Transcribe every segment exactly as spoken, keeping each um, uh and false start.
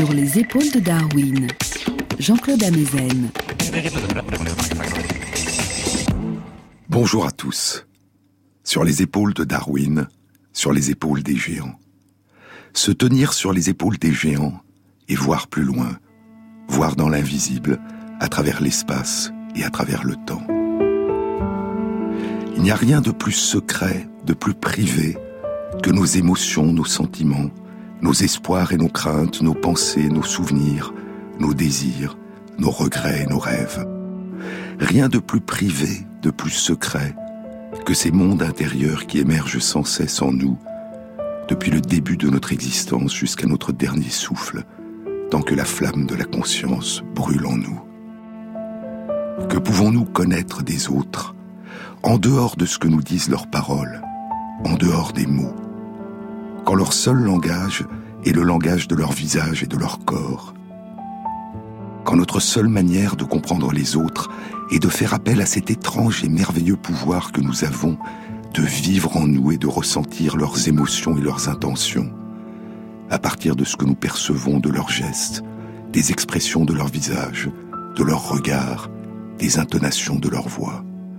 Sur les épaules de Darwin, Jean-Claude Amezen. Bonjour à tous. Sur les épaules de Darwin, sur les épaules des géants. Se tenir sur les épaules des géants et voir plus loin, voir dans l'invisible, à travers l'espace et à travers le temps. Il n'y a rien de plus secret, de plus privé que nos émotions, nos sentiments, nos espoirs et nos craintes, nos pensées, nos souvenirs, nos désirs, nos regrets et nos rêves. Rien de plus privé, de plus secret que ces mondes intérieurs qui émergent sans cesse en nous, depuis le début de notre existence jusqu'à notre dernier souffle, tant que la flamme de la conscience brûle en nous. Que pouvons-nous connaître des autres, en dehors de ce que nous disent leurs paroles, en dehors des mots, quand leur seul langage est le langage de leur visage et de leur corps, quand notre seule manière de comprendre les autres est de faire appel à cet étrange et merveilleux pouvoir que nous avons de vivre en nous et de ressentir leurs émotions et leurs intentions, à partir de ce que nous percevons de leurs gestes, des expressions de leur visage, de leur regard, des intonations de leur voix.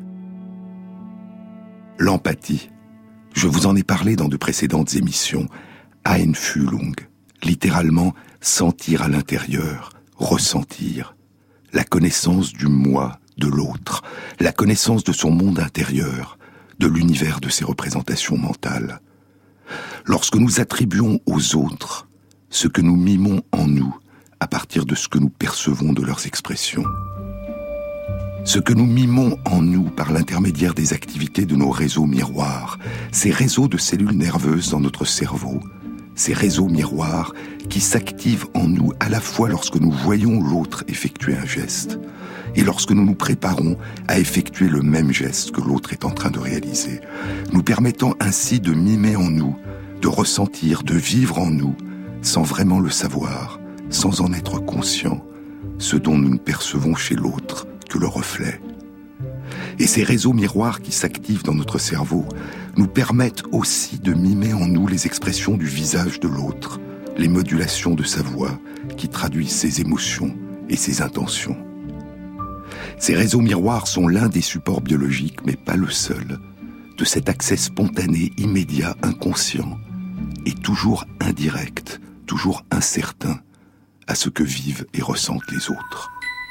L'empathie. Je vous en ai parlé dans de précédentes émissions. Einfühlung, littéralement sentir à l'intérieur, ressentir. La connaissance du moi, de l'autre, la connaissance de son monde intérieur, de l'univers de ses représentations mentales. Lorsque nous attribuons aux autres ce que nous mimons en nous à partir de ce que nous percevons de leurs expressions. Ce que nous mimons en nous par l'intermédiaire des activités de nos réseaux miroirs, ces réseaux de cellules nerveuses dans notre cerveau, ces réseaux miroirs qui s'activent en nous à la fois lorsque nous voyons l'autre effectuer un geste et lorsque nous nous préparons à effectuer le même geste que l'autre est en train de réaliser, nous permettant ainsi de mimer en nous, de ressentir, de vivre en nous, sans vraiment le savoir, sans en être conscient, ce dont nous ne percevons chez l'autre que le reflet. Et ces réseaux miroirs qui s'activent dans notre cerveau nous permettent aussi de mimer en nous les expressions du visage de l'autre, les modulations de sa voix qui traduisent ses émotions et ses intentions. Ces réseaux miroirs sont l'un des supports biologiques, mais pas le seul, de cet accès spontané, immédiat, inconscient, et toujours indirect, toujours incertain, à ce que vivent et ressentent les autres.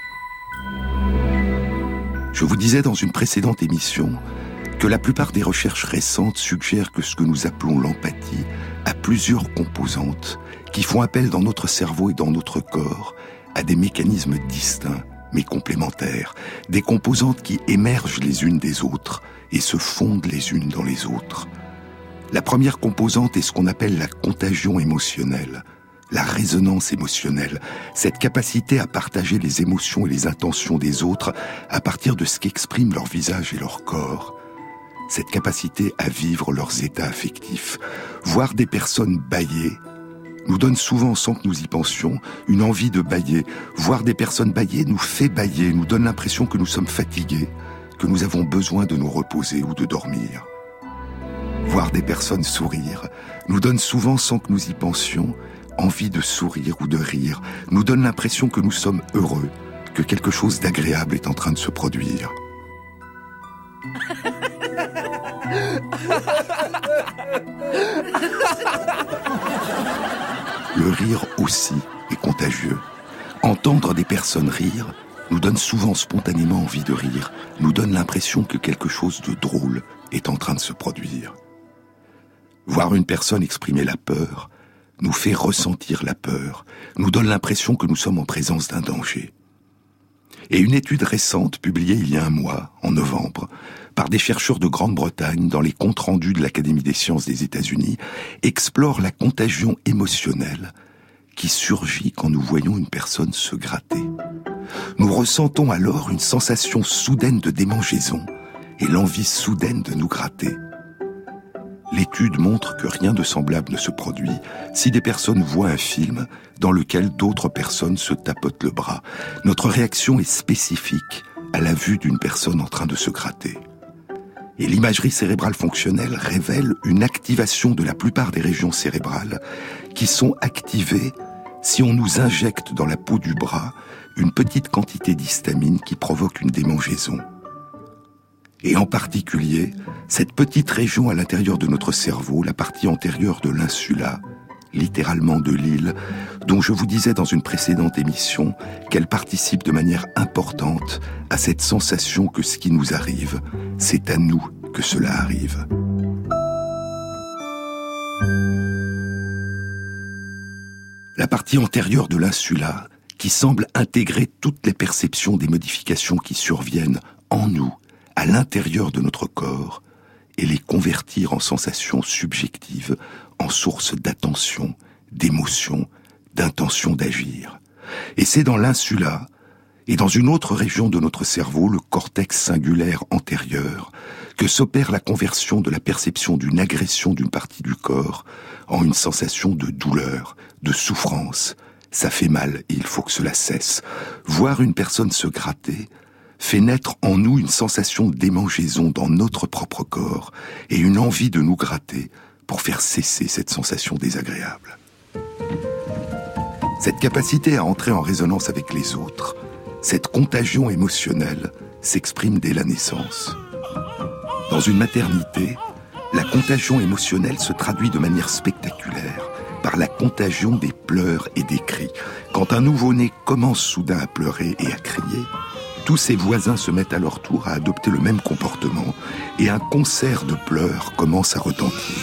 Je vous disais dans une précédente émission que la plupart des recherches récentes suggèrent que ce que nous appelons l'empathie a plusieurs composantes qui font appel dans notre cerveau et dans notre corps à des mécanismes distincts mais complémentaires, des composantes qui émergent les unes des autres et se fondent les unes dans les autres. La première composante est ce qu'on appelle la contagion émotionnelle, la résonance émotionnelle, cette capacité à partager les émotions et les intentions des autres à partir de ce qu'expriment leur visage et leur corps. Cette capacité à vivre leurs états affectifs. Voir des personnes bâiller nous donne souvent, sans que nous y pensions, une envie de bâiller. Voir des personnes bâiller nous fait bâiller, nous donne l'impression que nous sommes fatigués, que nous avons besoin de nous reposer ou de dormir. Voir des personnes sourire nous donne souvent, sans que nous y pensions, envie de sourire ou de rire, nous donne l'impression que nous sommes heureux, que quelque chose d'agréable est en train de se produire. Le rire aussi est contagieux. Entendre des personnes rire nous donne souvent spontanément envie de rire, nous donne l'impression que quelque chose de drôle est en train de se produire. Voir une personne exprimer la peur nous fait ressentir la peur, nous donne l'impression que nous sommes en présence d'un danger. Et une étude récente, publiée il y a un mois, en novembre, par des chercheurs de Grande-Bretagne dans les comptes rendus de l'Académie des sciences des États-Unis, explore la contagion émotionnelle qui surgit quand nous voyons une personne se gratter. Nous ressentons alors une sensation soudaine de démangeaison et l'envie soudaine de nous gratter. L'étude montre que rien de semblable ne se produit si des personnes voient un film dans lequel d'autres personnes se tapotent le bras. Notre réaction est spécifique à la vue d'une personne en train de se gratter. Et l'imagerie cérébrale fonctionnelle révèle une activation de la plupart des régions cérébrales qui sont activées si on nous injecte dans la peau du bras une petite quantité d'histamine qui provoque une démangeaison. Et en particulier, cette petite région à l'intérieur de notre cerveau, la partie antérieure de l'insula, littéralement de l'île, dont je vous disais dans une précédente émission qu'elle participe de manière importante à cette sensation que ce qui nous arrive, c'est à nous que cela arrive. La partie antérieure de l'insula, qui semble intégrer toutes les perceptions des modifications qui surviennent en nous, à l'intérieur de notre corps, et les convertir en sensations subjectives, en sources d'attention, d'émotion, d'intention d'agir. Et c'est dans l'insula, et dans une autre région de notre cerveau, le cortex singulaire antérieur, que s'opère la conversion de la perception d'une agression d'une partie du corps en une sensation de douleur, de souffrance. Ça fait mal et il faut que cela cesse. Voir une personne se gratter fait naître en nous une sensation de démangeaison dans notre propre corps et une envie de nous gratter pour faire cesser cette sensation désagréable. Cette capacité à entrer en résonance avec les autres, cette contagion émotionnelle s'exprime dès la naissance. Dans une maternité, la contagion émotionnelle se traduit de manière spectaculaire par la contagion des pleurs et des cris. Quand un nouveau-né commence soudain à pleurer et à crier, tous ses voisins se mettent à leur tour à adopter le même comportement et un concert de pleurs commence à retentir.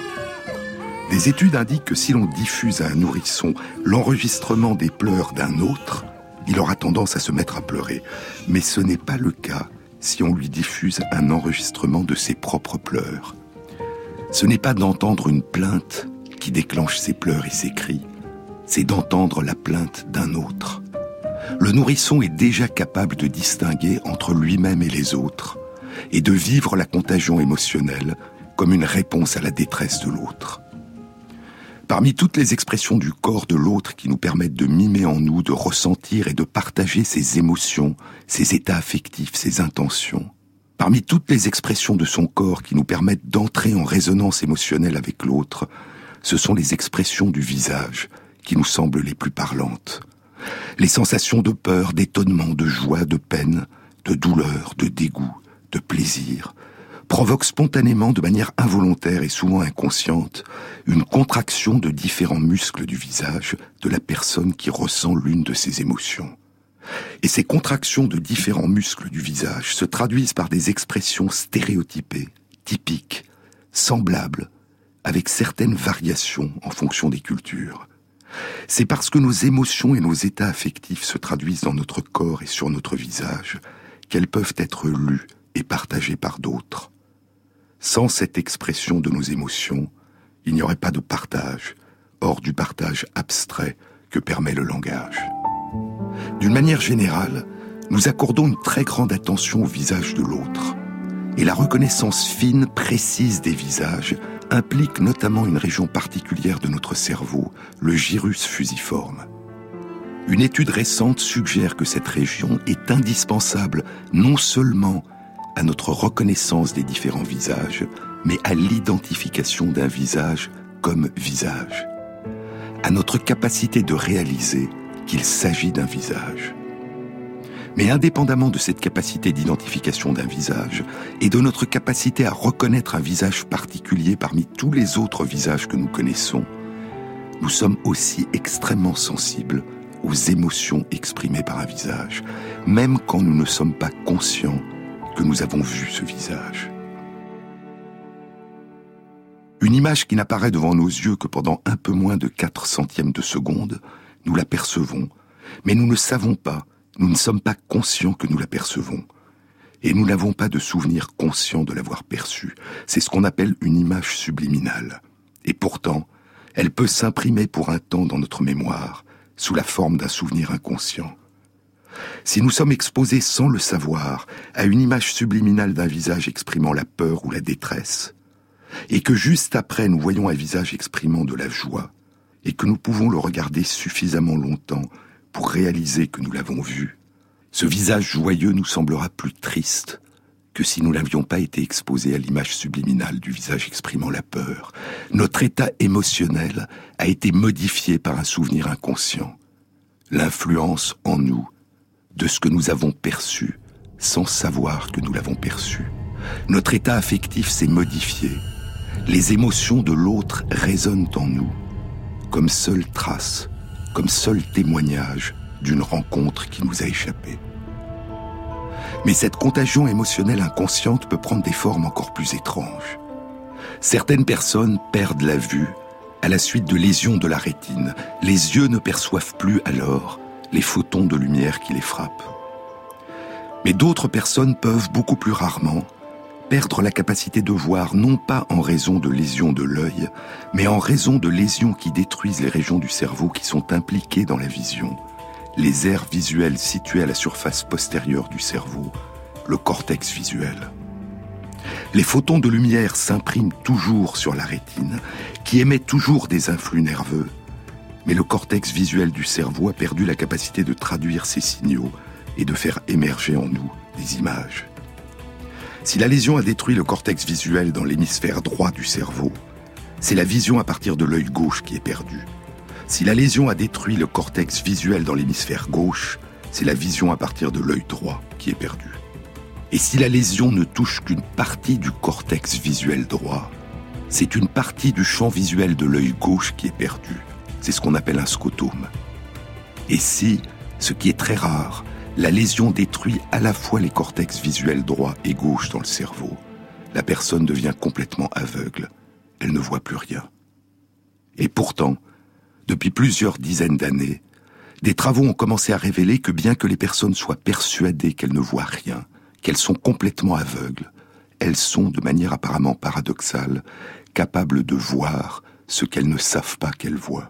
Des études indiquent que si l'on diffuse à un nourrisson l'enregistrement des pleurs d'un autre, il aura tendance à se mettre à pleurer. Mais ce n'est pas le cas si on lui diffuse un enregistrement de ses propres pleurs. Ce n'est pas d'entendre une plainte qui déclenche ses pleurs et ses cris, c'est d'entendre la plainte d'un autre. Le nourrisson est déjà capable de distinguer entre lui-même et les autres, et de vivre la contagion émotionnelle comme une réponse à la détresse de l'autre. Parmi toutes les expressions du corps de l'autre qui nous permettent de mimer en nous, de ressentir et de partager ses émotions, ses états affectifs, ses intentions, parmi toutes les expressions de son corps qui nous permettent d'entrer en résonance émotionnelle avec l'autre, ce sont les expressions du visage qui nous semblent les plus parlantes. Les sensations de peur, d'étonnement, de joie, de peine, de douleur, de dégoût, de plaisir, provoquent spontanément, de manière involontaire et souvent inconsciente, une contraction de différents muscles du visage de la personne qui ressent l'une de ces émotions. Et ces contractions de différents muscles du visage se traduisent par des expressions stéréotypées, typiques, semblables, avec certaines variations en fonction des cultures. C'est parce que nos émotions et nos états affectifs se traduisent dans notre corps et sur notre visage qu'elles peuvent être lues et partagées par d'autres. Sans cette expression de nos émotions, il n'y aurait pas de partage, hors du partage abstrait que permet le langage. D'une manière générale, nous accordons une très grande attention au visage de l'autre. Et la reconnaissance fine, précise des visages implique notamment une région particulière de notre cerveau, le gyrus fusiforme. Une étude récente suggère que cette région est indispensable non seulement à notre reconnaissance des différents visages, mais à l'identification d'un visage comme visage, à notre capacité de réaliser qu'il s'agit d'un visage. Mais indépendamment de cette capacité d'identification d'un visage et de notre capacité à reconnaître un visage particulier parmi tous les autres visages que nous connaissons, nous sommes aussi extrêmement sensibles aux émotions exprimées par un visage, même quand nous ne sommes pas conscients que nous avons vu ce visage. Une image qui n'apparaît devant nos yeux que pendant un peu moins de quatre centièmes de seconde, nous la percevons, mais nous ne savons pas, nous ne sommes pas conscients que nous la percevons. Et nous n'avons pas de souvenir conscient de l'avoir perçue. C'est ce qu'on appelle une image subliminale. Et pourtant, elle peut s'imprimer pour un temps dans notre mémoire, sous la forme d'un souvenir inconscient. Si nous sommes exposés sans le savoir à une image subliminale d'un visage exprimant la peur ou la détresse, et que juste après nous voyons un visage exprimant de la joie, et que nous pouvons le regarder suffisamment longtemps pour réaliser que nous l'avons vu, ce visage joyeux nous semblera plus triste que si nous n'avions pas été exposés à l'image subliminale du visage exprimant la peur. Notre état émotionnel a été modifié par un souvenir inconscient. L'influence en nous de ce que nous avons perçu sans savoir que nous l'avons perçu. Notre état affectif s'est modifié. Les émotions de l'autre résonnent en nous comme seule trace, comme seul témoignage d'une rencontre qui nous a échappé. Mais cette contagion émotionnelle inconsciente peut prendre des formes encore plus étranges. Certaines personnes perdent la vue à la suite de lésions de la rétine. Les yeux ne perçoivent plus alors les photons de lumière qui les frappent. Mais d'autres personnes peuvent, beaucoup plus rarement, perdre la capacité de voir non pas en raison de lésions de l'œil, mais en raison de lésions qui détruisent les régions du cerveau qui sont impliquées dans la vision, les aires visuelles situées à la surface postérieure du cerveau, le cortex visuel. Les photons de lumière s'impriment toujours sur la rétine, qui émet toujours des influx nerveux, mais le cortex visuel du cerveau a perdu la capacité de traduire ces signaux et de faire émerger en nous des images. Si la lésion a détruit le cortex visuel dans l'hémisphère droit du cerveau, c'est la vision à partir de l'œil gauche qui est perdue. Si la lésion a détruit le cortex visuel dans l'hémisphère gauche, c'est la vision à partir de l'œil droit qui est perdue. Et si la lésion ne touche qu'une partie du cortex visuel droit, c'est une partie du champ visuel de l'œil gauche qui est perdue. C'est ce qu'on appelle un scotome. Et si, ce qui est très rare, la lésion détruit à la fois les cortex visuels droit et gauche dans le cerveau, la personne devient complètement aveugle. Elle ne voit plus rien. Et pourtant, depuis plusieurs dizaines d'années, des travaux ont commencé à révéler que bien que les personnes soient persuadées qu'elles ne voient rien, qu'elles sont complètement aveugles, elles sont, de manière apparemment paradoxale, capables de voir ce qu'elles ne savent pas qu'elles voient.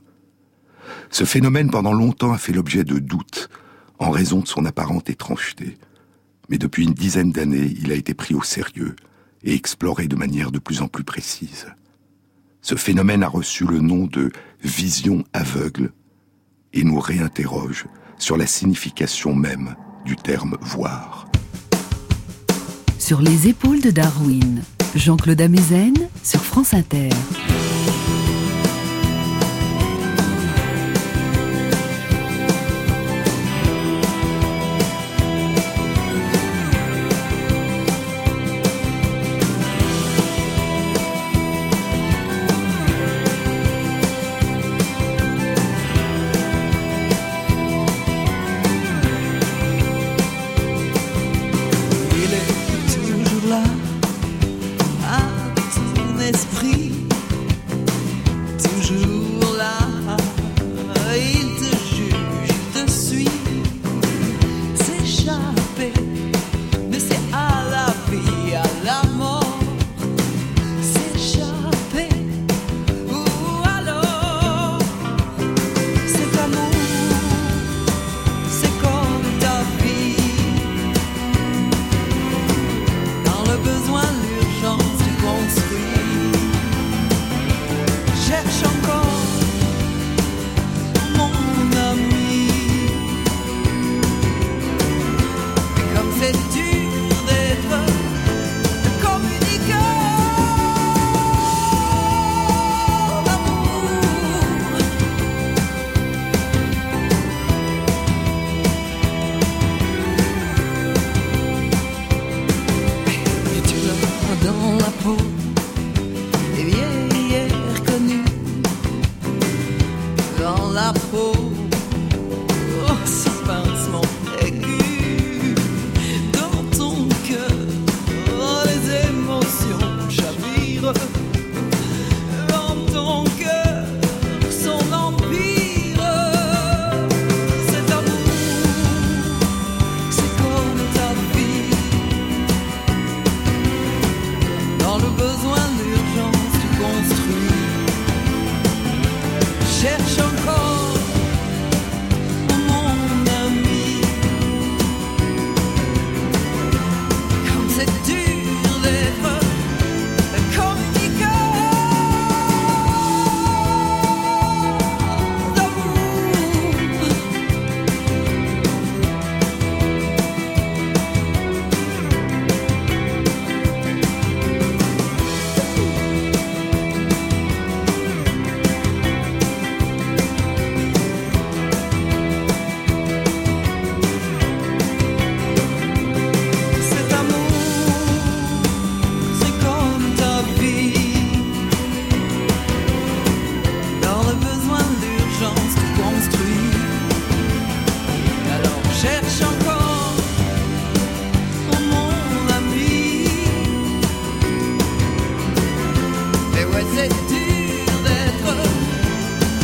Ce phénomène, pendant longtemps, a fait l'objet de doutes, en raison de son apparente étrangeté. Mais depuis une dizaine d'années, il a été pris au sérieux et exploré de manière de plus en plus précise. Ce phénomène a reçu le nom de vision aveugle et nous réinterroge sur la signification même du terme voir. Sur les épaules de Darwin, Jean-Claude Amezen sur France Inter.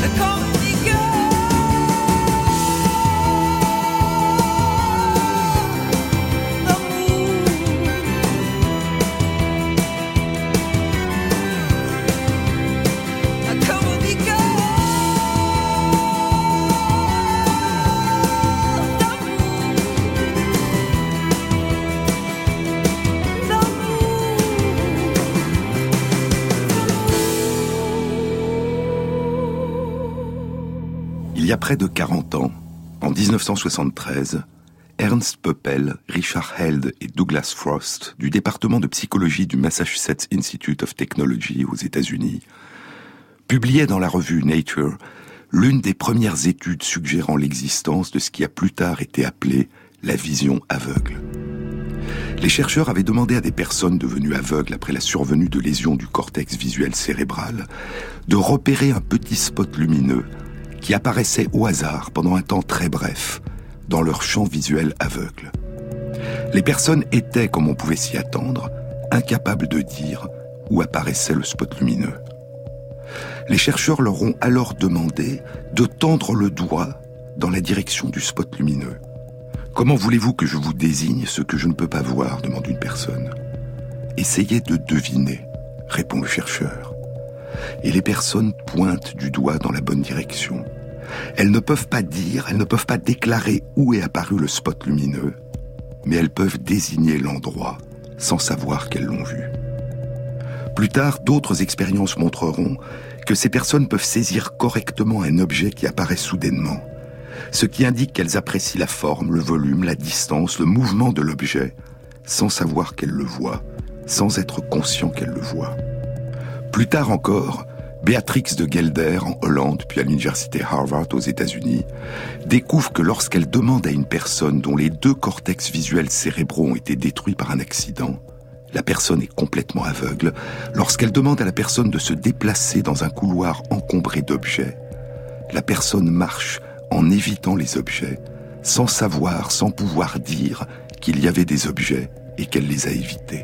Il y a près de quarante ans, en dix-neuf cent soixante-treize, Ernst Poppel, Richard Held et Douglas Frost, du département de psychologie du Massachusetts Institute of Technology aux États-Unis, publiaient dans la revue Nature l'une des premières études suggérant l'existence de ce qui a plus tard été appelé la vision aveugle. Les chercheurs avaient demandé à des personnes devenues aveugles après la survenue de lésions du cortex visuel cérébral de repérer un petit spot lumineux qui apparaissait au hasard pendant un temps très bref dans leur champ visuel aveugle. Les personnes étaient, comme on pouvait s'y attendre, incapables de dire où apparaissait le spot lumineux. Les chercheurs leur ont alors demandé de tendre le doigt dans la direction du spot lumineux. « Comment voulez-vous que je vous désigne ce que je ne peux pas voir ?» demande une personne. « Essayez de deviner », répond le chercheur. Et les personnes pointent du doigt dans la bonne direction. Elles ne peuvent pas dire, elles ne peuvent pas déclarer où est apparu le spot lumineux, mais elles peuvent désigner l'endroit sans savoir qu'elles l'ont vu. Plus tard, d'autres expériences montreront que ces personnes peuvent saisir correctement un objet qui apparaît soudainement, ce qui indique qu'elles apprécient la forme, le volume, la distance, le mouvement de l'objet, sans savoir qu'elles le voient, sans être conscient qu'elles le voient. Plus tard encore, Beatrix de Gelder, en Hollande, puis à l'université Harvard aux États-Unis, découvre que lorsqu'elle demande à une personne dont les deux cortex visuels cérébraux ont été détruits par un accident, la personne est complètement aveugle, lorsqu'elle demande à la personne de se déplacer dans un couloir encombré d'objets, la personne marche en évitant les objets, sans savoir, sans pouvoir dire qu'il y avait des objets et qu'elle les a évités.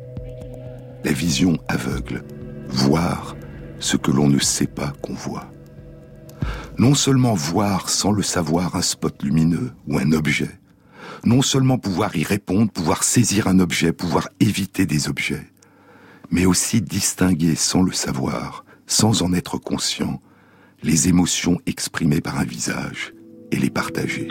La vision aveugle, voir ce que l'on ne sait pas qu'on voit. Non seulement voir sans le savoir un spot lumineux ou un objet, non seulement pouvoir y répondre, pouvoir saisir un objet, pouvoir éviter des objets, mais aussi distinguer sans le savoir, sans en être conscient, les émotions exprimées par un visage et les partager.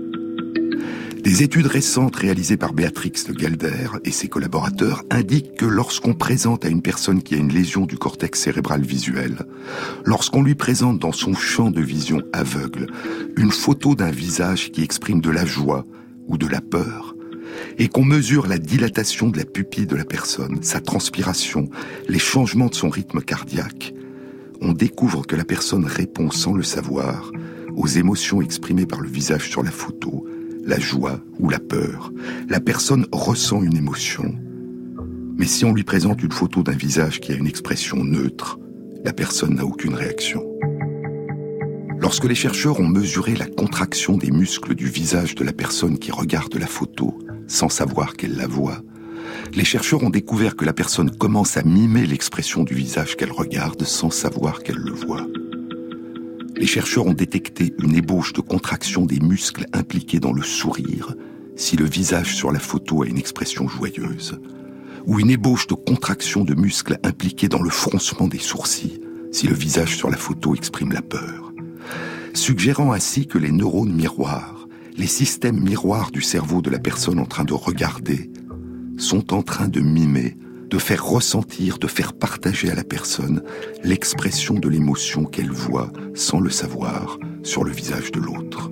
Des études récentes réalisées par Beatrix de Gelder et ses collaborateurs indiquent que lorsqu'on présente à une personne qui a une lésion du cortex cérébral visuel, lorsqu'on lui présente dans son champ de vision aveugle une photo d'un visage qui exprime de la joie ou de la peur, et qu'on mesure la dilatation de la pupille de la personne, sa transpiration, les changements de son rythme cardiaque, on découvre que la personne répond sans le savoir aux émotions exprimées par le visage sur la photo, la joie ou la peur. La personne ressent une émotion. Mais si on lui présente une photo d'un visage qui a une expression neutre, la personne n'a aucune réaction. Lorsque les chercheurs ont mesuré la contraction des muscles du visage de la personne qui regarde la photo, sans savoir qu'elle la voit, les chercheurs ont découvert que la personne commence à mimer l'expression du visage qu'elle regarde sans savoir qu'elle le voit. Les chercheurs ont détecté une ébauche de contraction des muscles impliqués dans le sourire, si le visage sur la photo a une expression joyeuse, ou une ébauche de contraction de muscles impliqués dans le froncement des sourcils, si le visage sur la photo exprime la peur, suggérant ainsi que les neurones miroirs, les systèmes miroirs du cerveau de la personne en train de regarder, sont en train de mimer, de faire ressentir, de faire partager à la personne l'expression de l'émotion qu'elle voit, sans le savoir, sur le visage de l'autre.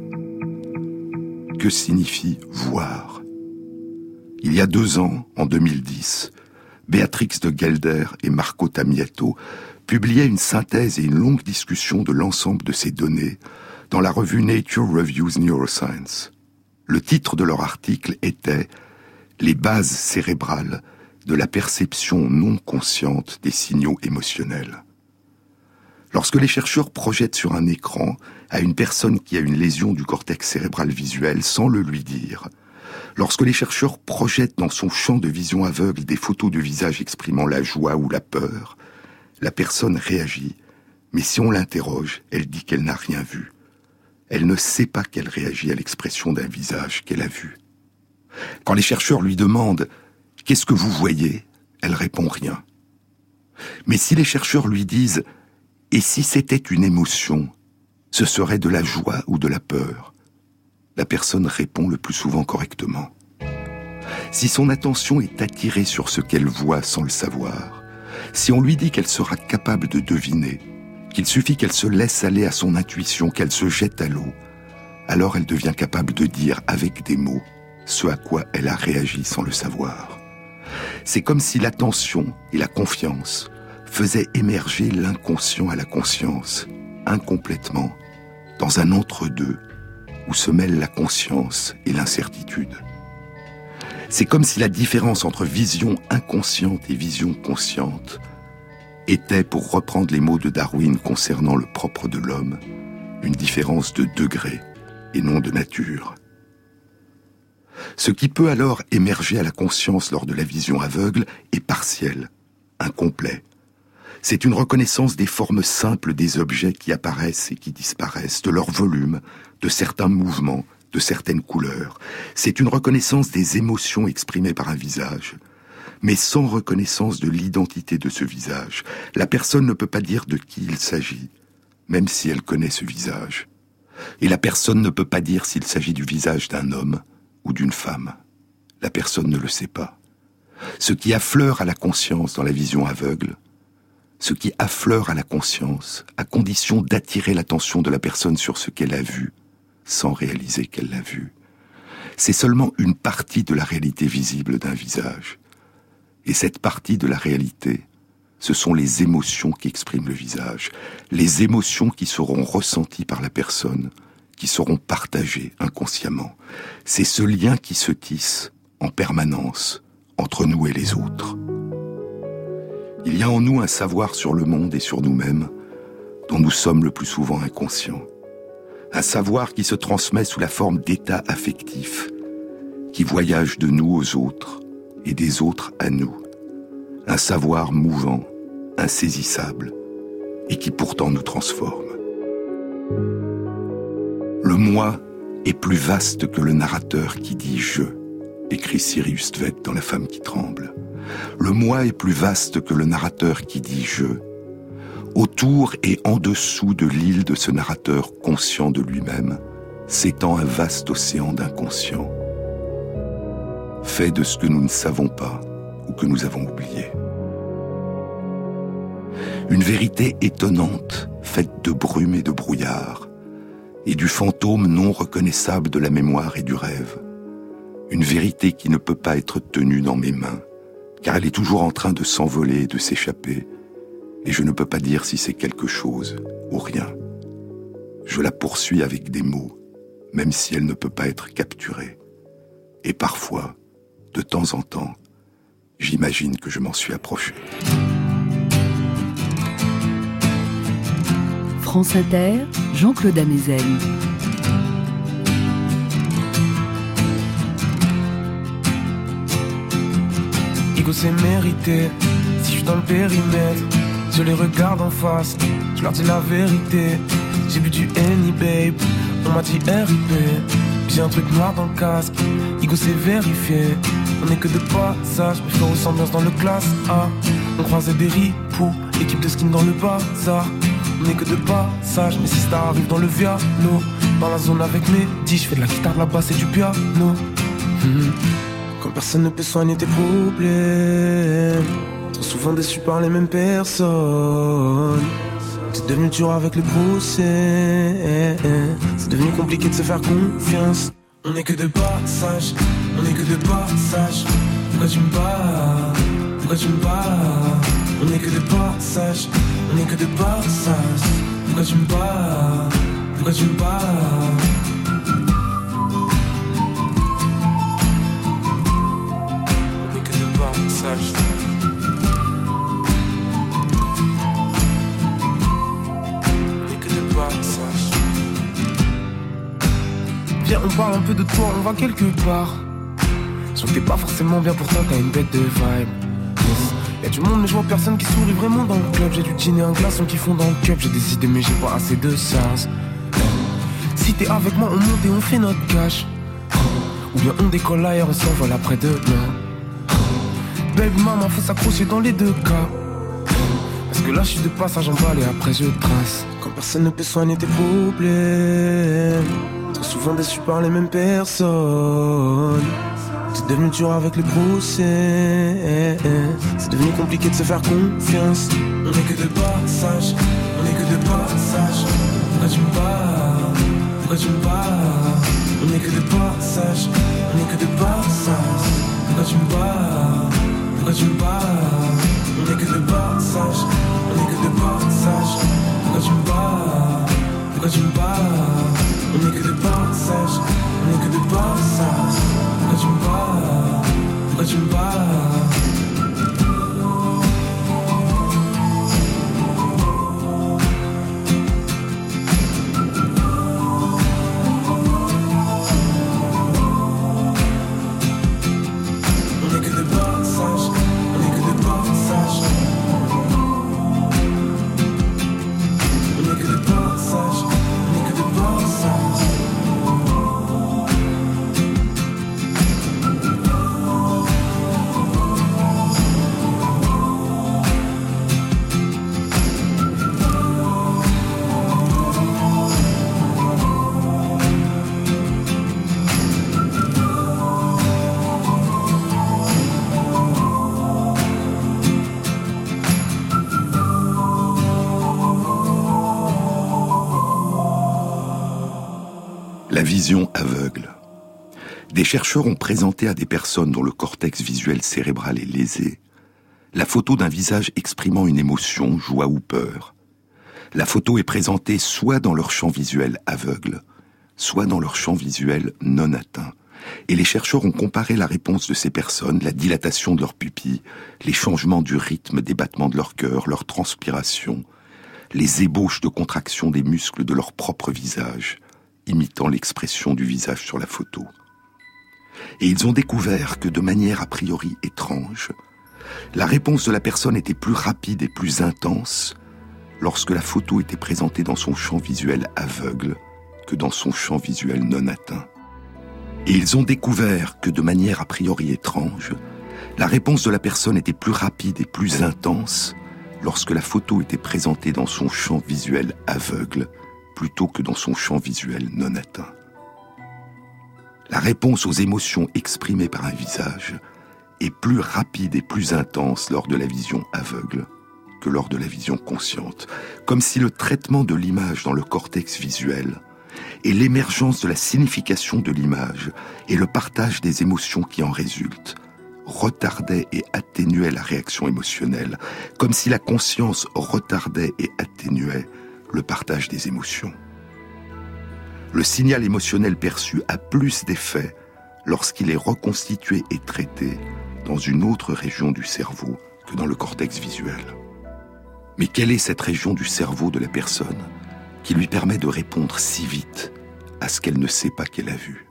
Que signifie voir ? Il y a deux ans, en deux mille dix, Beatrix de Gelder et Marco Tamiato publiaient une synthèse et une longue discussion de l'ensemble de ces données dans la revue Nature Reviews Neuroscience. Le titre de leur article était « Les bases cérébrales de la perception non consciente des signaux émotionnels ». Lorsque les chercheurs projettent sur un écran à une personne qui a une lésion du cortex cérébral visuel sans le lui dire, lorsque les chercheurs projettent dans son champ de vision aveugle des photos de visage exprimant la joie ou la peur, la personne réagit, Mais si on l'interroge, elle dit qu'elle n'a rien vu. Elle ne sait pas qu'elle réagit à l'expression d'un visage qu'elle a vu. Quand les chercheurs lui demandent « Qu'est-ce que vous voyez ?», elle répond rien. Mais si les chercheurs lui disent « Et si c'était une émotion, ce serait de la joie ou de la peur ?» la personne répond le plus souvent correctement. Si son attention est attirée sur ce qu'elle voit sans le savoir, si on lui dit qu'elle sera capable de deviner, qu'il suffit qu'elle se laisse aller à son intuition, qu'elle se jette à l'eau, alors elle devient capable de dire avec des mots ce à quoi elle a réagi sans le savoir. C'est comme si l'attention et la confiance faisaient émerger l'inconscient à la conscience, incomplètement, dans un entre-deux où se mêlent la conscience et l'incertitude. C'est comme si la différence entre vision inconsciente et vision consciente était, pour reprendre les mots de Darwin concernant le propre de l'homme, une différence de degré et non de nature. Ce qui peut alors émerger à la conscience lors de la vision aveugle est partiel, incomplet. C'est une reconnaissance des formes simples des objets qui apparaissent et qui disparaissent, de leur volume, de certains mouvements, de certaines couleurs. C'est une reconnaissance des émotions exprimées par un visage, mais sans reconnaissance de l'identité de ce visage. La personne ne peut pas dire de qui il s'agit, même si elle connaît ce visage. Et la personne ne peut pas dire s'il s'agit du visage d'un homme ou d'une femme. La personne ne le sait pas. Ce qui affleure à la conscience dans la vision aveugle, ce qui affleure à la conscience, à condition d'attirer l'attention de la personne sur ce qu'elle a vu, sans réaliser qu'elle l'a vu. C'est seulement une partie de la réalité visible d'un visage. Et cette partie de la réalité, ce sont les émotions qui expriment le visage, les émotions qui seront ressenties par la personne, qui seront partagées inconsciemment. C'est ce lien qui se tisse en permanence entre nous et les autres. Il y a en nous un savoir sur le monde et sur nous-mêmes dont nous sommes le plus souvent inconscients. Un savoir qui se transmet sous la forme d'états affectifs, qui voyage de nous aux autres et des autres à nous. Un savoir mouvant, insaisissable, et qui pourtant nous transforme. Le moi est plus vaste que le narrateur qui dit « je », écrit Sirius Tvet dans La femme qui tremble. Le moi est plus vaste que le narrateur qui dit « je ». Autour et en dessous de l'île de ce narrateur conscient de lui-même, s'étend un vaste océan d'inconscient, fait de ce que nous ne savons pas ou que nous avons oublié. Une vérité étonnante, faite de brume et de brouillard, et du fantôme non reconnaissable de la mémoire et du rêve. Une vérité qui ne peut pas être tenue dans mes mains, car elle est toujours en train de s'envoler et de s'échapper, et je ne peux pas dire si c'est quelque chose ou rien. Je la poursuis avec des mots, même si elle ne peut pas être capturée. Et parfois, de temps en temps, j'imagine que je m'en suis approché. France Inter, Jean-Claude Amezen. Ego c'est mérité, si je suis dans le périmètre, je les regarde en face, je leur dis la vérité. J'ai bu du Henny babe, on m'a dit R I P. J'ai un truc noir dans le casque, Ego c'est vérifié. On est que de passage, mais faut ressemblance dans le classe A. On croisait des ripoux, équipe de skin dans le bazar. On est que de passage, mais si ça arrive dans le Viano, dans la zone avec mes dix, je fais de la guitare, de la basse et du piano. Mmh. Quand personne ne peut soigner tes problèmes, trop souvent déçu par les mêmes personnes. C'est devenu dur avec le procès, c'est devenu compliqué de se faire confiance. On est que de passage, on est que de passage. Pourquoi tu me parles? Pourquoi tu me parles? On est que de passage, on est que de passage. Pourquoi tu me parles? Pourquoi tu me parles? On est que de passage. On est que de passage. Viens, on parle un peu de toi, on va quelque part. Je sens que t'es pas forcément bien, pourtant t'as une bête de vibe. Y'a du monde mais je vois personne qui sourit vraiment dans le club. J'ai du gin et un glaçon qui font dans le cup. J'ai des idées mais j'ai pas assez de sens. Si t'es avec moi on monte et on fait notre cash. Ou bien on décolle ailleurs et s'envole après demain. Baby maman faut s'accrocher dans les deux cas. Parce que là je suis de passage en balle et après je trace. Quand personne ne peut soigner tes problèmes, trop souvent déçu par les mêmes personnes. C'est devenu dur avec les procès. C'est devenu compliqué de se faire confiance. On n'est que de passage, on n'est que de passage. Pourquoi tu me parles, pourquoi tu me parles? On n'est que de passage, on n'est que de passage. Pourquoi tu me parles, pourquoi tu me parles? On n'est que de passage, on n'est que de passage. Pourquoi tu me parles, pourquoi tu me parles? On n'est que de passage, on n'est que de passage. Pourquoi tu me parles, pourquoi tu me parles? Vision aveugle. Des chercheurs ont présenté à des personnes dont le cortex visuel cérébral est lésé la photo d'un visage exprimant une émotion, joie ou peur. La photo est présentée soit dans leur champ visuel aveugle, soit dans leur champ visuel non atteint. Et les chercheurs ont comparé la réponse de ces personnes, la dilatation de leurs pupilles, les changements du rythme des battements de leur cœur, leur transpiration, les ébauches de contraction des muscles de leur propre visage, imitant l'expression du visage sur la photo. Et ils ont découvert que, de manière a priori étrange, la réponse de la personne était plus rapide et plus intense lorsque la photo était présentée dans son champ visuel aveugle que dans son champ visuel non atteint. Et ils ont découvert que, de manière a priori étrange, la réponse de la personne était plus rapide et plus intense lorsque la photo était présentée dans son champ visuel aveugle plutôt que dans son champ visuel non atteint. La réponse aux émotions exprimées par un visage est plus rapide et plus intense lors de la vision aveugle que lors de la vision consciente, comme si le traitement de l'image dans le cortex visuel et l'émergence de la signification de l'image et le partage des émotions qui en résultent retardaient et atténuaient la réaction émotionnelle, comme si la conscience retardait et atténuait le partage des émotions. Le signal émotionnel perçu a plus d'effet lorsqu'il est reconstitué et traité dans une autre région du cerveau que dans le cortex visuel. Mais quelle est cette région du cerveau de la personne qui lui permet de répondre si vite à ce qu'elle ne sait pas qu'elle a vu?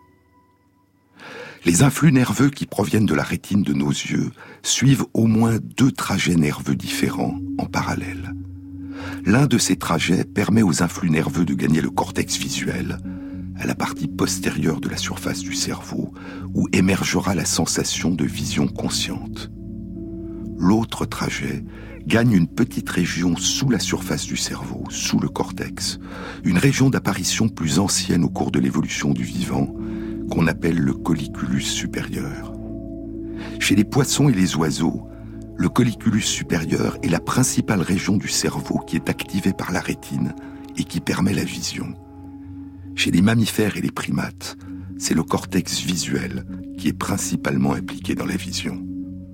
Les influx nerveux qui proviennent de la rétine de nos yeux suivent au moins deux trajets nerveux différents en parallèle. L'un de ces trajets permet aux influx nerveux de gagner le cortex visuel, à la partie postérieure de la surface du cerveau, où émergera la sensation de vision consciente. L'autre trajet gagne une petite région sous la surface du cerveau, sous le cortex, une région d'apparition plus ancienne au cours de l'évolution du vivant, qu'on appelle le colliculus supérieur. Chez les poissons et les oiseaux, le colliculus supérieur est la principale région du cerveau qui est activée par la rétine et qui permet la vision. Chez les mammifères et les primates, c'est le cortex visuel qui est principalement impliqué dans la vision.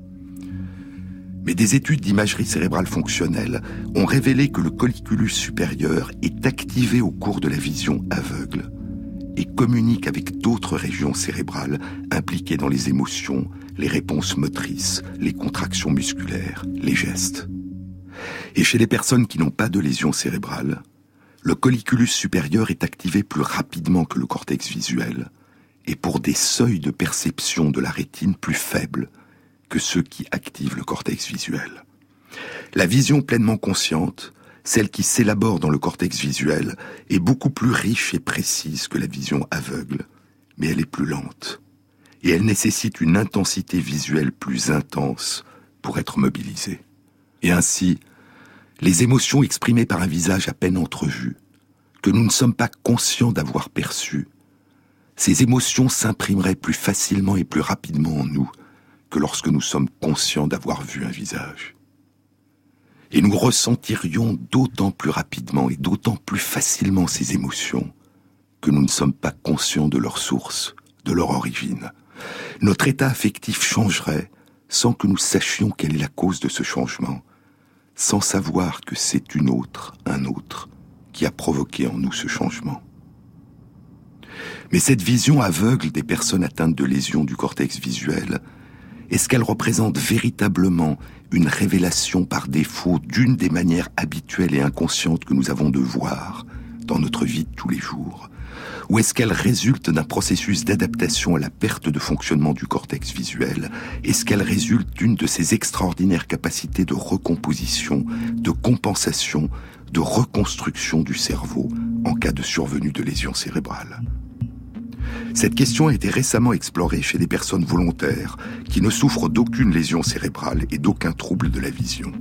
Mais des études d'imagerie cérébrale fonctionnelle ont révélé que le colliculus supérieur est activé au cours de la vision aveugle et communique avec d'autres régions cérébrales impliquées dans les émotions, les réponses motrices, les contractions musculaires, les gestes. Et chez les personnes qui n'ont pas de lésion cérébrale, le colliculus supérieur est activé plus rapidement que le cortex visuel et pour des seuils de perception de la rétine plus faibles que ceux qui activent le cortex visuel. La vision pleinement consciente, celle qui s'élabore dans le cortex visuel, est beaucoup plus riche et précise que la vision aveugle, mais elle est plus lente. Et elle nécessite une intensité visuelle plus intense pour être mobilisée. Et ainsi, les émotions exprimées par un visage à peine entrevu, que nous ne sommes pas conscients d'avoir perçues, ces émotions s'imprimeraient plus facilement et plus rapidement en nous que lorsque nous sommes conscients d'avoir vu un visage. Et nous ressentirions d'autant plus rapidement et d'autant plus facilement ces émotions que nous ne sommes pas conscients de leur source, de leur origine. Notre état affectif changerait sans que nous sachions quelle est la cause de ce changement, sans savoir que c'est une autre, un autre, qui a provoqué en nous ce changement. Mais cette vision aveugle des personnes atteintes de lésions du cortex visuel, est-ce qu'elle représente véritablement une révélation par défaut d'une des manières habituelles et inconscientes que nous avons de voir dans notre vie de tous les jours? Ou est-ce qu'elle résulte d'un processus d'adaptation à la perte de fonctionnement du cortex visuel? Est-ce qu'elle résulte d'une de ces extraordinaires capacités de recomposition, de compensation, de reconstruction du cerveau en cas de survenue de lésions cérébrales? Cette question a été récemment explorée chez des personnes volontaires qui ne souffrent d'aucune lésion cérébrale et d'aucun trouble de la vision.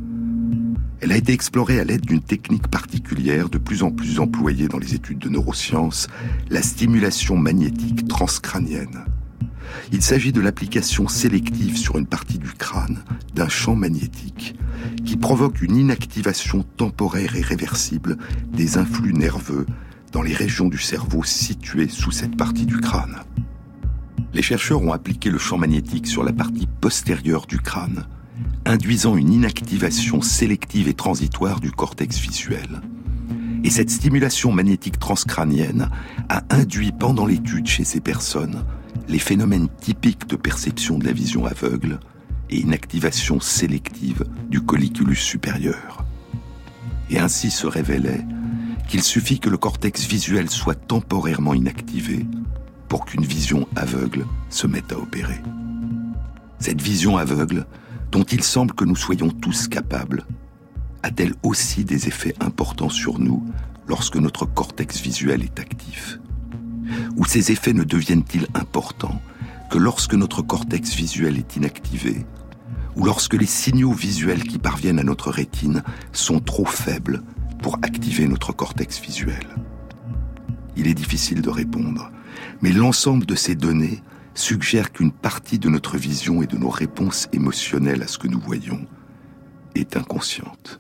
Elle a été explorée à l'aide d'une technique particulière de plus en plus employée dans les études de neurosciences, la stimulation magnétique transcrânienne. Il s'agit de l'application sélective sur une partie du crâne d'un champ magnétique qui provoque une inactivation temporaire et réversible des influx nerveux dans les régions du cerveau situées sous cette partie du crâne. Les chercheurs ont appliqué le champ magnétique sur la partie postérieure du crâne, induisant une inactivation sélective et transitoire du cortex visuel. Et cette stimulation magnétique transcrânienne a induit pendant l'étude chez ces personnes les phénomènes typiques de perception de la vision aveugle et une activation sélective du colliculus supérieur. Et ainsi se révélait qu'il suffit que le cortex visuel soit temporairement inactivé pour qu'une vision aveugle se mette à opérer. Cette vision aveugle, dont il semble que nous soyons tous capables, a-t-elle aussi des effets importants sur nous lorsque notre cortex visuel est actif? Ou ces effets ne deviennent-ils importants que lorsque notre cortex visuel est inactivé, ou lorsque les signaux visuels qui parviennent à notre rétine sont trop faibles pour activer notre cortex visuel? Il est difficile de répondre, mais l'ensemble de ces données suggère qu'une partie de notre vision et de nos réponses émotionnelles à ce que nous voyons est inconsciente.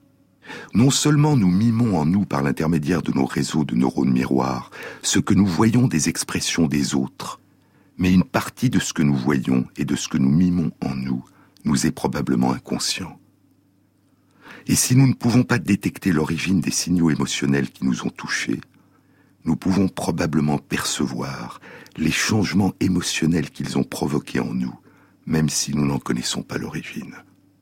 Non seulement nous mimons en nous par l'intermédiaire de nos réseaux de neurones miroirs ce que nous voyons des expressions des autres, mais une partie de ce que nous voyons et de ce que nous mimons en nous nous est probablement inconscient. Et si nous ne pouvons pas détecter l'origine des signaux émotionnels qui nous ont touchés, nous pouvons probablement percevoir les changements émotionnels qu'ils ont provoqués en nous, même si nous n'en connaissons pas l'origine.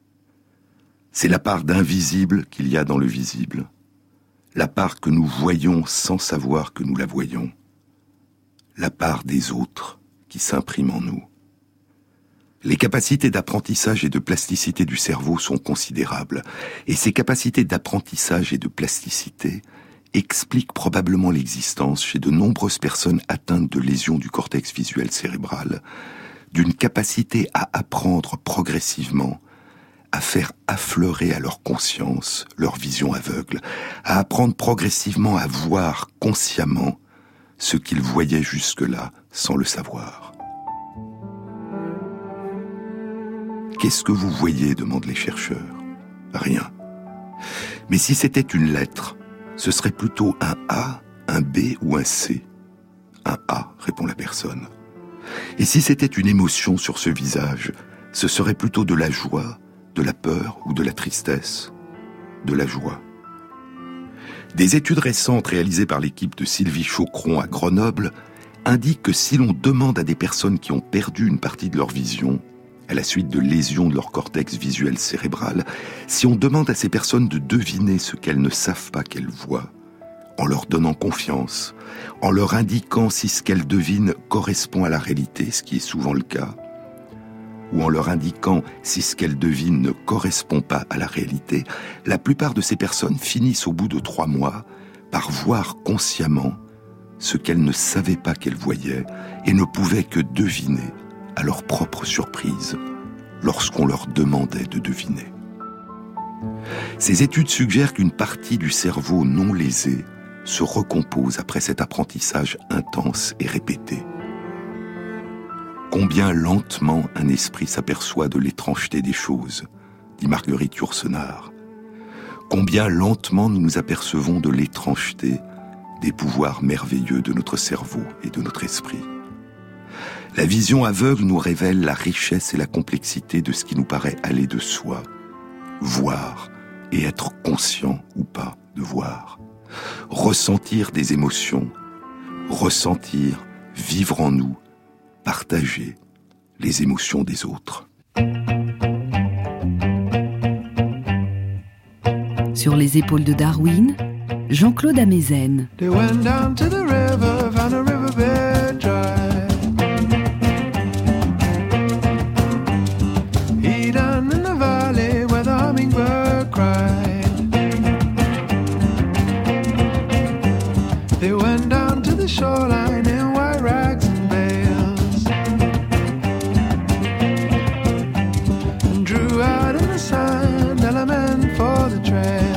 C'est la part d'invisible qu'il y a dans le visible, la part que nous voyons sans savoir que nous la voyons, la part des autres qui s'imprime en nous. Les capacités d'apprentissage et de plasticité du cerveau sont considérables, et ces capacités d'apprentissage et de plasticité expliquent probablement l'existence chez de nombreuses personnes atteintes de lésions du cortex visuel cérébral d'une capacité à apprendre progressivement, à faire affleurer à leur conscience leur vision aveugle, à apprendre progressivement à voir consciemment ce qu'ils voyaient jusque-là sans le savoir. Qu'est-ce que vous voyez ? Demandent les chercheurs. Rien. Mais si c'était une lettre, ce serait plutôt un A, un B ou un C. Un A, répond la personne. Et si c'était une émotion sur ce visage, ce serait plutôt de la joie, de la peur ou de la tristesse? De la joie. Des études récentes réalisées par l'équipe de Sylvie Chaucron à Grenoble indiquent que si l'on demande à des personnes qui ont perdu une partie de leur vision, à la suite de lésions de leur cortex visuel cérébral, si on demande à ces personnes de deviner ce qu'elles ne savent pas qu'elles voient, en leur donnant confiance, en leur indiquant si ce qu'elles devinent correspond à la réalité, ce qui est souvent le cas, ou en leur indiquant si ce qu'elles devinent ne correspond pas à la réalité, la plupart de ces personnes finissent au bout de trois mois par voir consciemment ce qu'elles ne savaient pas qu'elles voyaient et ne pouvaient que deviner à leur propre surprise lorsqu'on leur demandait de deviner. Ces études suggèrent qu'une partie du cerveau non lésé se recompose après cet apprentissage intense et répété. Combien lentement un esprit s'aperçoit de l'étrangeté des choses, dit Marguerite Yourcenar. Combien lentement nous nous apercevons de l'étrangeté des pouvoirs merveilleux de notre cerveau et de notre esprit. La vision aveugle nous révèle la richesse et la complexité de ce qui nous paraît aller de soi, voir et être conscient ou pas de voir, ressentir des émotions, ressentir, vivre en nous, partager les émotions des autres. Sur les épaules de Darwin, Jean-Claude Amezen. They went down to the river, found a riverbed dry. Hidden in the valley where the hummingbird cried. They went down to the shoreline in white rags and veils, and drew out in the sand element for the trail.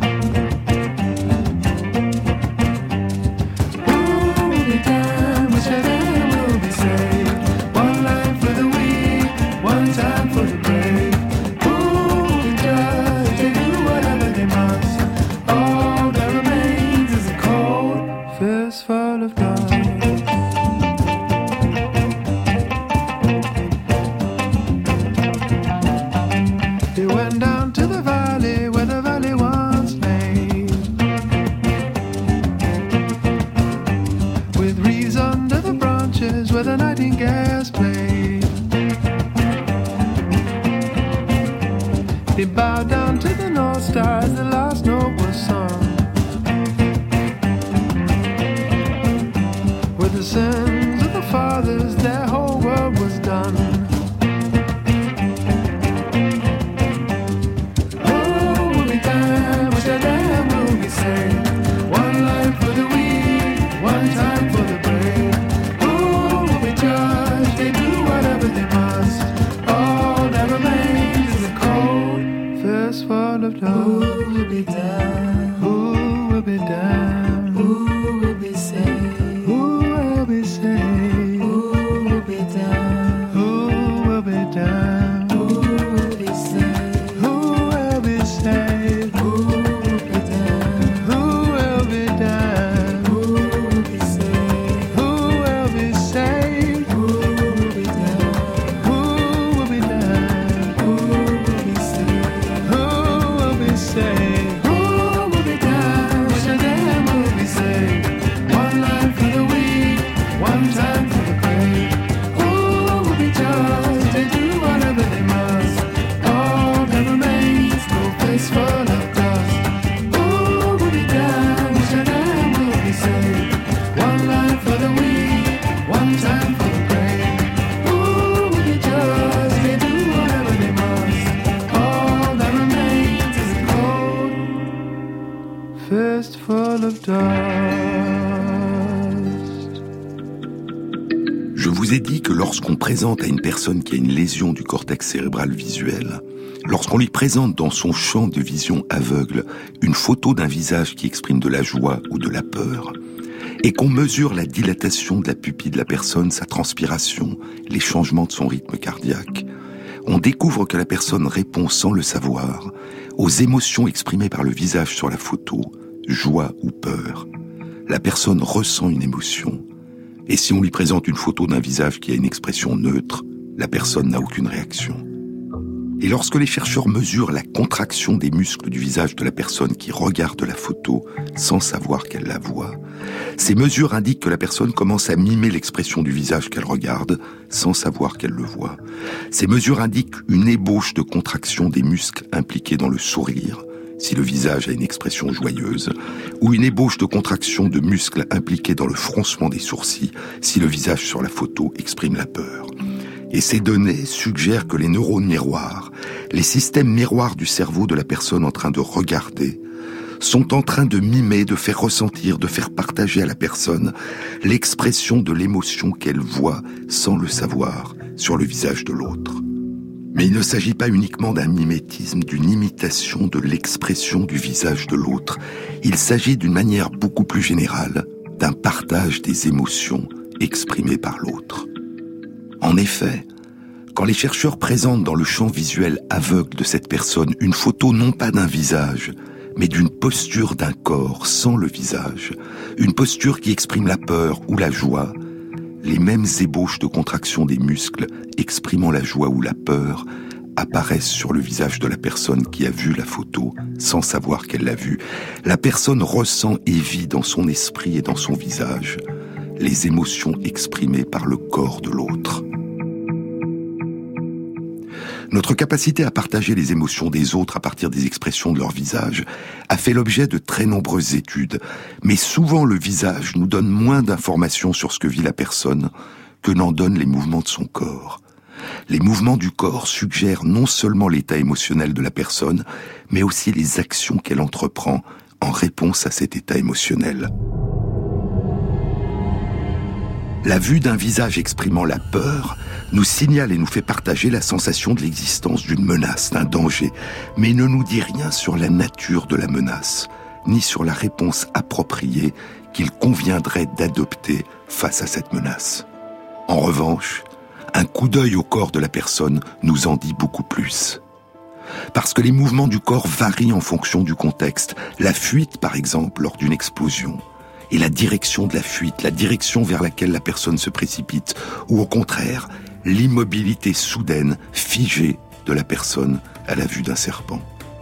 Je vous ai dit que lorsqu'on présente à une personne qui a une lésion du cortex cérébral visuel, lorsqu'on lui présente dans son champ de vision aveugle une photo d'un visage qui exprime de la joie ou de la peur, et qu'on mesure la dilatation de la pupille de la personne, sa transpiration, les changements de son rythme cardiaque, on découvre que la personne répond sans le savoir aux émotions exprimées par le visage sur la photo, joie ou peur. La personne ressent une émotion, et si on lui présente une photo d'un visage qui a une expression neutre, la personne n'a aucune réaction. Et lorsque les chercheurs mesurent la contraction des muscles du visage de la personne qui regarde la photo sans savoir qu'elle la voit, ces mesures indiquent que la personne commence à mimer l'expression du visage qu'elle regarde sans savoir qu'elle le voit. Ces mesures indiquent une ébauche de contraction des muscles impliqués dans le sourire, si le visage a une expression joyeuse, ou une ébauche de contraction de muscles impliqués dans le froncement des sourcils, si le visage sur la photo exprime la peur. Et ces données suggèrent que les neurones miroirs, les systèmes miroirs du cerveau de la personne en train de regarder, sont en train de mimer, de faire ressentir, de faire partager à la personne l'expression de l'émotion qu'elle voit sans le savoir sur le visage de l'autre. Mais il ne s'agit pas uniquement d'un mimétisme, d'une imitation de l'expression du visage de l'autre. Il s'agit d'une manière beaucoup plus générale d'un partage des émotions exprimées par l'autre. En effet, quand les chercheurs présentent dans le champ visuel aveugle de cette personne une photo non pas d'un visage, mais d'une posture d'un corps sans le visage, une posture qui exprime la peur ou la joie, les mêmes ébauches de contraction des muscles exprimant la joie ou la peur apparaissent sur le visage de la personne qui a vu la photo sans savoir qu'elle l'a vue. La personne ressent et vit dans son esprit et dans son visage les émotions exprimées par le corps de l'autre. Notre capacité à partager les émotions des autres à partir des expressions de leur visage a fait l'objet de très nombreuses études, mais souvent le visage nous donne moins d'informations sur ce que vit la personne que n'en donnent les mouvements de son corps. Les mouvements du corps suggèrent non seulement l'état émotionnel de la personne, mais aussi les actions qu'elle entreprend en réponse à cet état émotionnel. La vue d'un visage exprimant la peur nous signale et nous fait partager la sensation de l'existence d'une menace, d'un danger, mais ne nous dit rien sur la nature de la menace, ni sur la réponse appropriée qu'il conviendrait d'adopter face à cette menace. En revanche, un coup d'œil au corps de la personne nous en dit beaucoup plus. Parce que les mouvements du corps varient en fonction du contexte. La fuite, par exemple, lors d'une explosion, et la direction de la fuite, la direction vers laquelle la personne se précipite, ou au contraire, l'immobilité soudaine, figée de la personne à la vue d'un serpent.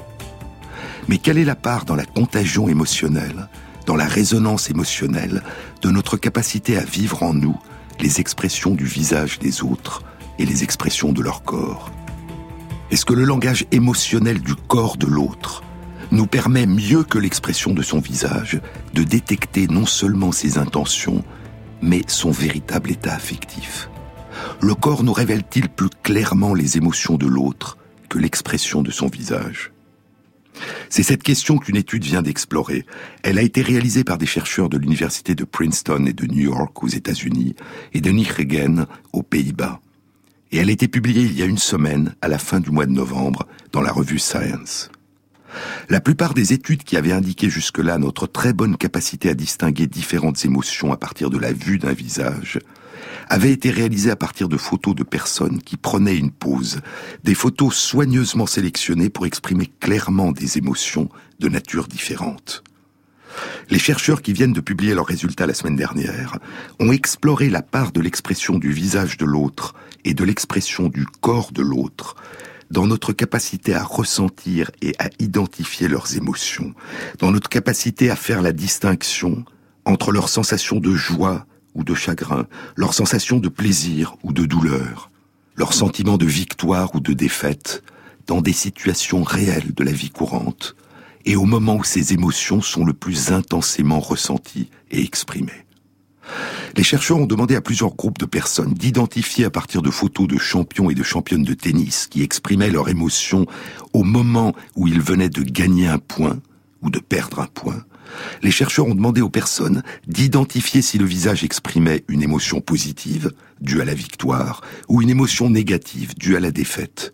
Mais quelle est la part dans la contagion émotionnelle, dans la résonance émotionnelle, de notre capacité à vivre en nous les expressions du visage des autres et les expressions de leur corps? Est-ce que le langage émotionnel du corps de l'autre nous permet mieux que l'expression de son visage de détecter non seulement ses intentions, mais son véritable état affectif? Le corps nous révèle-t-il plus clairement les émotions de l'autre que l'expression de son visage? C'est cette question qu'une étude vient d'explorer. Elle a été réalisée par des chercheurs de l'université de Princeton et de New York aux États-Unis et de Nijmegen aux Pays-Bas. Et elle a été publiée il y a une semaine, à la fin du mois de novembre, dans la revue Science. La plupart des études qui avaient indiqué jusque-là notre très bonne capacité à distinguer différentes émotions à partir de la vue d'un visage avaient été réalisées à partir de photos de personnes qui prenaient une pause, des photos soigneusement sélectionnées pour exprimer clairement des émotions de nature différente. Les chercheurs qui viennent de publier leurs résultats la semaine dernière ont exploré la part de l'expression du visage de l'autre et de l'expression du corps de l'autre dans notre capacité à ressentir et à identifier leurs émotions, dans notre capacité à faire la distinction entre leurs sensations de joie ou de chagrin, leurs sensations de plaisir ou de douleur, leurs sentiments de victoire ou de défaite, dans des situations réelles de la vie courante, et au moment où ces émotions sont le plus intensément ressenties et exprimées. Les chercheurs ont demandé à plusieurs groupes de personnes d'identifier à partir de photos de champions et de championnes de tennis qui exprimaient leurs émotions au moment où ils venaient de gagner un point ou de perdre un point. Les chercheurs ont demandé aux personnes d'identifier si le visage exprimait une émotion positive, due à la victoire, ou une émotion négative, due à la défaite.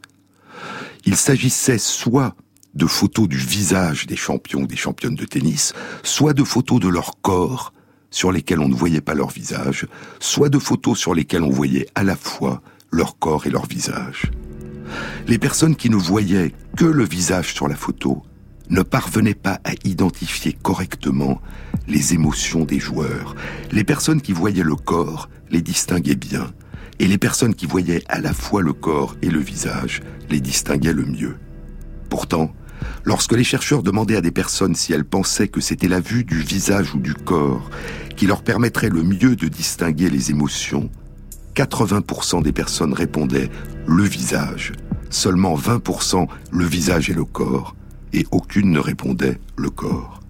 Il s'agissait soit de photos du visage des champions ou des championnes de tennis, soit de photos de leur corps, sur lesquelles on ne voyait pas leur visage, soit de photos sur lesquelles on voyait à la fois leur corps et leur visage. Les personnes qui ne voyaient que le visage sur la photo ne parvenaient pas à identifier correctement les émotions des joueurs. Les personnes qui voyaient le corps les distinguaient bien, et les personnes qui voyaient à la fois le corps et le visage les distinguaient le mieux. Pourtant, lorsque les chercheurs demandaient à des personnes si elles pensaient que c'était la vue du visage ou du corps qui leur permettrait le mieux de distinguer les émotions, quatre-vingts pour cent des personnes répondaient le visage, seulement vingt pour cent le visage et le corps, et aucune ne répondait le corps.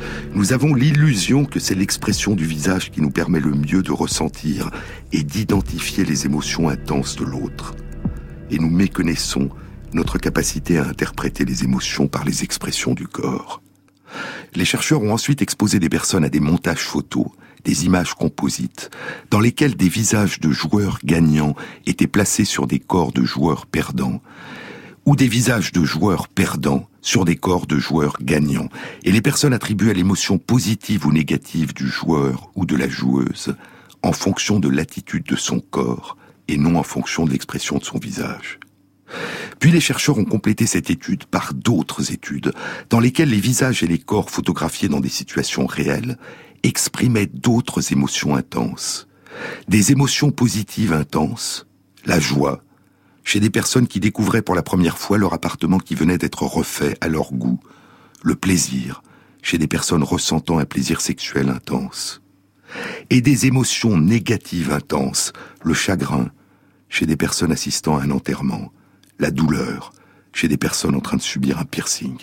Nous avons l'illusion que c'est l'expression du visage qui nous permet le mieux de ressentir et d'identifier les émotions intenses de l'autre. Et nous méconnaissons notre capacité à interpréter les émotions par les expressions du corps. Les chercheurs ont ensuite exposé des personnes à des montages photos, des images composites, dans lesquelles des visages de joueurs gagnants étaient placés sur des corps de joueurs perdants, ou des visages de joueurs perdants sur des corps de joueurs gagnants. Et les personnes attribuaient l'émotion positive ou négative du joueur ou de la joueuse en fonction de l'attitude de son corps et non en fonction de l'expression de son visage. Puis les chercheurs ont complété cette étude par d'autres études dans lesquelles les visages et les corps photographiés dans des situations réelles exprimaient d'autres émotions intenses. Des émotions positives intenses, la joie, chez des personnes qui découvraient pour la première fois leur appartement qui venait d'être refait à leur goût, le plaisir, chez des personnes ressentant un plaisir sexuel intense. Et des émotions négatives intenses, le chagrin, chez des personnes assistant à un enterrement, la douleur, chez des personnes en train de subir un piercing.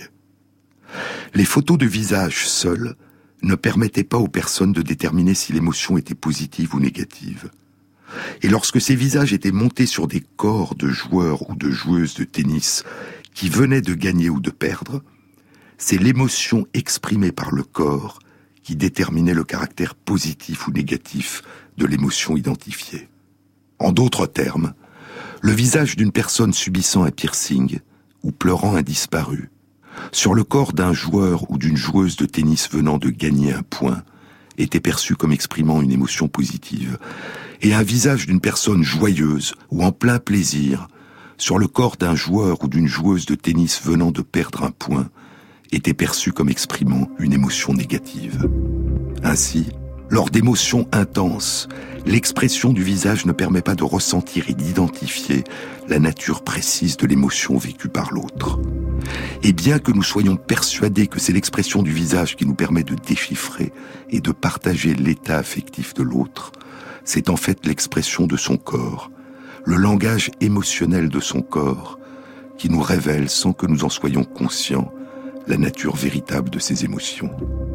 Les photos de visage seules ne permettaient pas aux personnes de déterminer si l'émotion était positive ou négative. Et lorsque ces visages étaient montés sur des corps de joueurs ou de joueuses de tennis qui venaient de gagner ou de perdre, c'est l'émotion exprimée par le corps qui déterminait le caractère positif ou négatif de l'émotion identifiée. En d'autres termes, le visage d'une personne subissant un piercing ou pleurant un disparu, sur le corps d'un joueur ou d'une joueuse de tennis venant de gagner un point, était perçu comme exprimant une émotion positive, et un visage d'une personne joyeuse ou en plein plaisir, sur le corps d'un joueur ou d'une joueuse de tennis venant de perdre un point, était perçu comme exprimant une émotion négative. Ainsi, lors d'émotions intenses, l'expression du visage ne permet pas de ressentir et d'identifier la nature précise de l'émotion vécue par l'autre. Et bien que nous soyons persuadés que c'est l'expression du visage qui nous permet de déchiffrer et de partager l'état affectif de l'autre, c'est en fait l'expression de son corps, le langage émotionnel de son corps, qui nous révèle sans que nous en soyons conscients la nature véritable de ses émotions.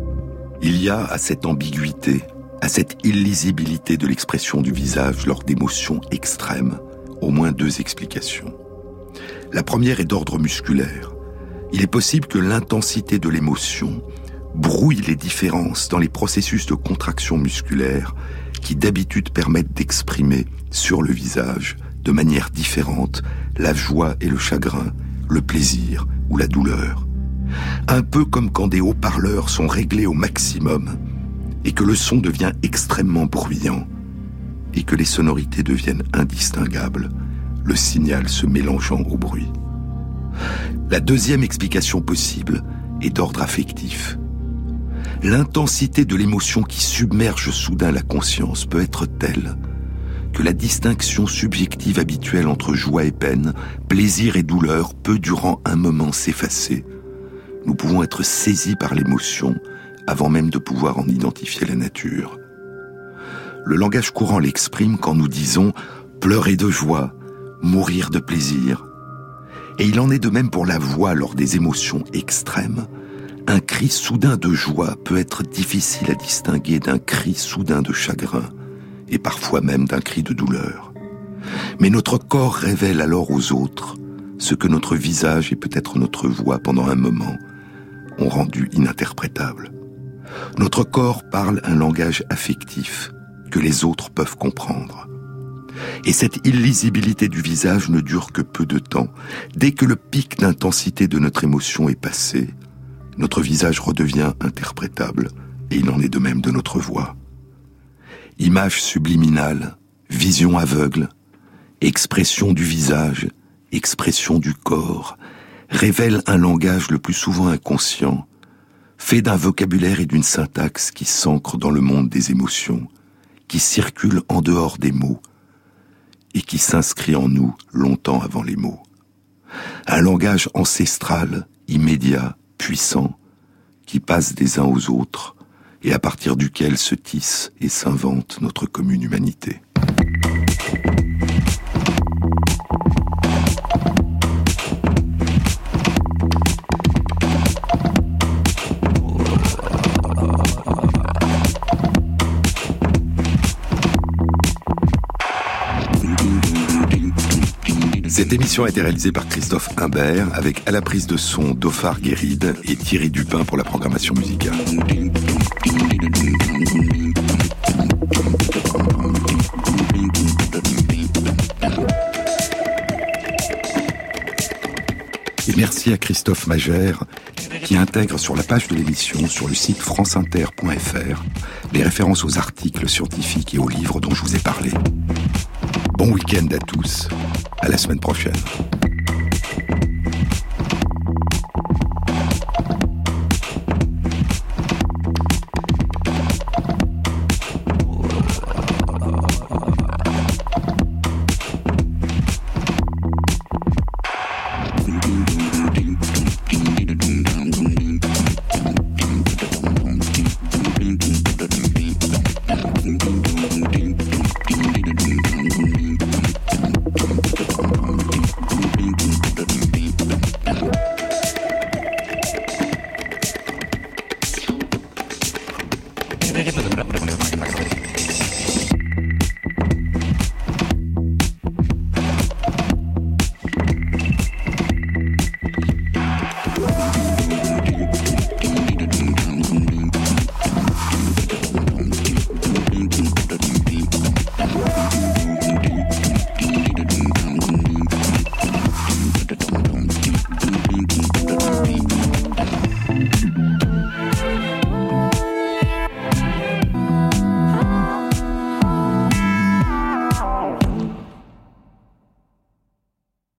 Il y a à cette ambiguïté, à cette illisibilité de l'expression du visage lors d'émotions extrêmes, au moins deux explications. La première est d'ordre musculaire. Il est possible que l'intensité de l'émotion brouille les différences dans les processus de contraction musculaire qui d'habitude permettent d'exprimer sur le visage, de manière différente, la joie et le chagrin, le plaisir ou la douleur. Un peu comme quand des haut-parleurs sont réglés au maximum et que le son devient extrêmement bruyant et que les sonorités deviennent indistinguables, le signal se mélangeant au bruit. La deuxième explication possible est d'ordre affectif. L'intensité de l'émotion qui submerge soudain la conscience peut être telle que la distinction subjective habituelle entre joie et peine, plaisir et douleur peut durant un moment s'effacer. Nous pouvons être saisis par l'émotion avant même de pouvoir en identifier la nature. Le langage courant l'exprime quand nous disons « pleurer de joie »,« mourir de plaisir ». Et il en est de même pour la voix lors des émotions extrêmes. Un cri soudain de joie peut être difficile à distinguer d'un cri soudain de chagrin, et parfois même d'un cri de douleur. Mais notre corps révèle alors aux autres ce que notre visage et peut-être notre voix pendant un moment ont rendu ininterprétable. Notre corps parle un langage affectif que les autres peuvent comprendre. Et cette illisibilité du visage ne dure que peu de temps. Dès que le pic d'intensité de notre émotion est passé, notre visage redevient interprétable, et il en est de même de notre voix. Image subliminale, vision aveugle, expression du visage, expression du corps, révèle un langage le plus souvent inconscient, fait d'un vocabulaire et d'une syntaxe qui s'ancrent dans le monde des émotions, qui circulent en dehors des mots, et qui s'inscrit en nous longtemps avant les mots. Un langage ancestral, immédiat, puissant, qui passe des uns aux autres, et à partir duquel se tisse et s'invente notre commune humanité. Cette émission a été réalisée par Christophe Imbert, avec à la prise de son Dauphard Guéride et Thierry Dupin pour la programmation musicale. Et merci à Christophe Magère, qui intègre sur la page de l'émission, sur le site franceinter point f r, les références aux articles scientifiques et aux livres dont je vous ai parlé. Bon week-end à tous, à la semaine prochaine.